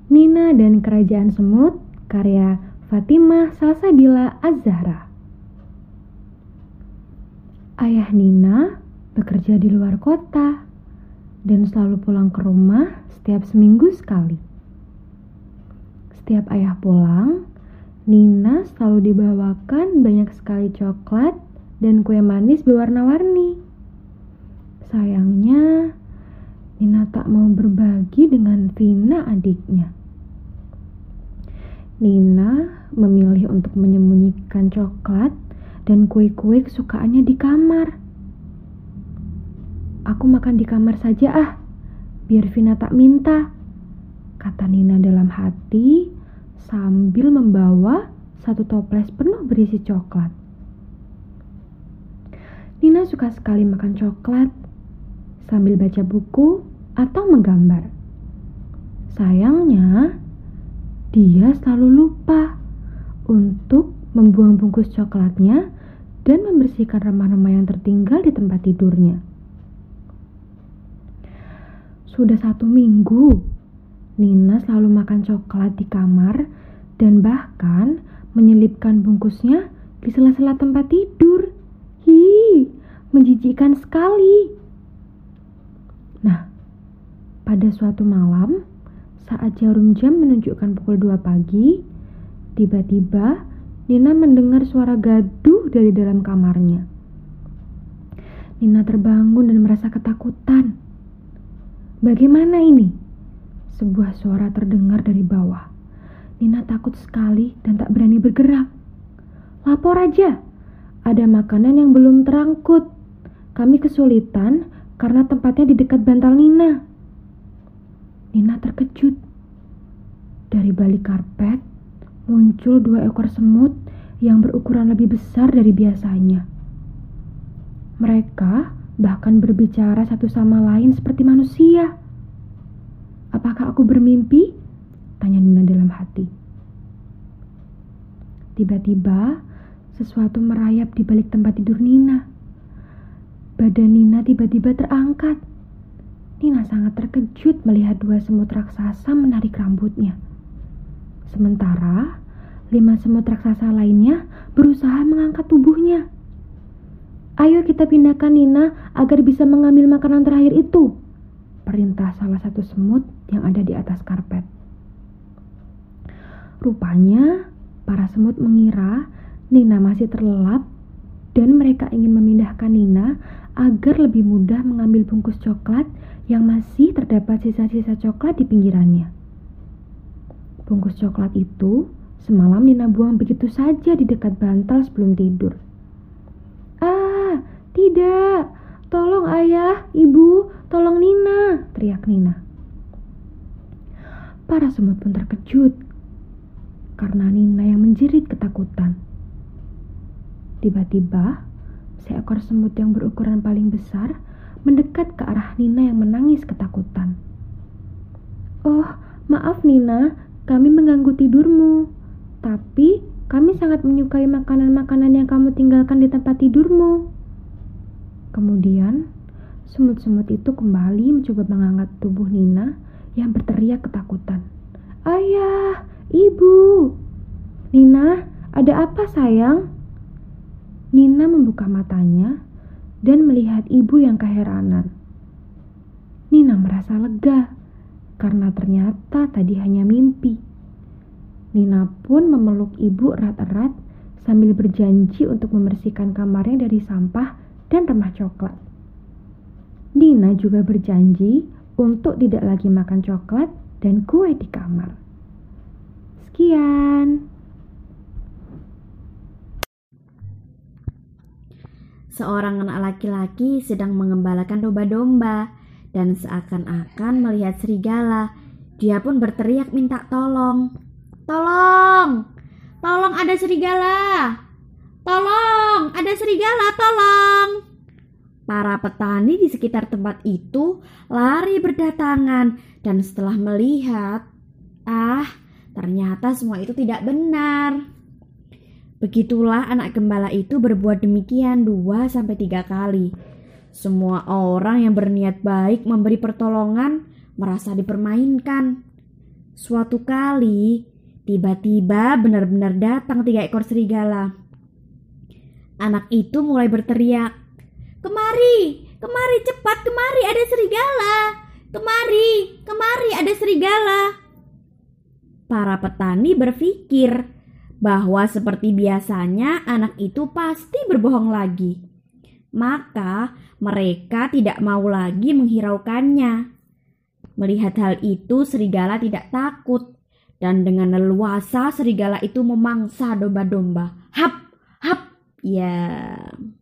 Nina dan Kerajaan Semut, karya Fatimah Salsabila Az-Zahra. Ayah Nina bekerja di luar kota dan selalu pulang ke rumah setiap seminggu sekali. Setiap ayah pulang, Nina selalu dibawakan banyak sekali coklat dan kue manis berwarna-warni. Sayangnya, Nina tak mau berbagi dengan Vina adiknya. Nina memilih untuk menyembunyikan coklat dan kue-kue kesukaannya di kamar. "Aku makan di kamar saja biar Vina tak minta," kata Nina dalam hati sambil membawa satu toples penuh berisi coklat. Nina suka sekali makan coklat sambil baca buku atau menggambar. Sayangnya, dia selalu lupa untuk membuang bungkus coklatnya dan membersihkan remah-remah yang tertinggal di tempat tidurnya. Sudah 1 minggu, Nina selalu makan coklat di kamar dan bahkan menyelipkan bungkusnya di sela-sela tempat tidur. Menjijikkan sekali. Nah, pada suatu malam, saat jarum jam menunjukkan pukul 2 pagi, tiba-tiba Nina mendengar suara gaduh dari dalam kamarnya. Nina terbangun dan merasa ketakutan. Bagaimana ini? Sebuah suara terdengar dari bawah. Nina takut sekali dan tak berani bergerak. "Lapor aja, ada makanan yang belum terangkut. Kami kesulitan karena tempatnya di dekat bantal Nina." Nina terkejut. Dari balik karpet muncul 2 ekor semut yang berukuran lebih besar dari biasanya. Mereka bahkan berbicara satu sama lain seperti manusia. "Apakah aku bermimpi?" tanya Nina dalam hati. Tiba-tiba sesuatu merayap di balik tempat tidur Nina. Badan Nina tiba-tiba terangkat. Nina sangat terkejut melihat 2 semut raksasa menarik rambutnya. Sementara 5 semut raksasa lainnya berusaha mengangkat tubuhnya. "Ayo kita pindahkan Nina agar bisa mengambil makanan terakhir itu," perintah salah satu semut yang ada di atas karpet. Rupanya para semut mengira Nina masih terlelap dan mereka ingin memindahkan Nina agar lebih mudah mengambil bungkus coklat yang masih terdapat sisa-sisa coklat di pinggirannya. Bungkus coklat itu semalam Nina buang begitu saja di dekat bantal sebelum tidur. Tidak! Tolong ayah, ibu, tolong Nina!" teriak Nina. Para semut pun terkejut karena Nina yang menjerit ketakutan. Tiba-tiba, seekor semut yang berukuran paling besar mendekat ke arah Nina yang menangis ketakutan. "Oh, maaf Nina, kami mengganggu tidurmu. Tapi kami sangat menyukai makanan-makanan yang kamu tinggalkan di tempat tidurmu." Kemudian, semut-semut itu kembali mencoba mengangkat tubuh Nina yang berteriak ketakutan. "Ayah, ibu!" "Nina, ada apa sayang?" Nina membuka matanya dan melihat ibu yang keheranan. Nina merasa lega karena ternyata tadi hanya mimpi. Nina pun memeluk ibu erat-erat sambil berjanji untuk membersihkan kamarnya dari sampah dan remah coklat. Nina juga berjanji untuk tidak lagi makan coklat dan kue di kamar. Sekian. Seorang anak laki-laki sedang mengembalakan domba-domba dan seakan-akan melihat serigala. Dia pun berteriak minta tolong. "Tolong! Tolong, ada serigala! Tolong, ada serigala, tolong!" Para petani di sekitar tempat itu lari berdatangan dan setelah melihat, ternyata semua itu tidak benar. Begitulah anak gembala itu berbuat demikian 2-3 kali. Semua orang yang berniat baik memberi pertolongan merasa dipermainkan. Suatu kali, tiba-tiba benar-benar datang 3 ekor serigala. Anak itu mulai berteriak, "Kemari, kemari cepat, kemari ada serigala. Kemari ada serigala." Para petani berpikir bahwa seperti biasanya anak itu pasti berbohong lagi. Maka mereka tidak mau lagi menghiraukannya. Melihat hal itu, serigala tidak takut, dan dengan leluasa serigala itu memangsa domba-domba. Hap, hap, ya.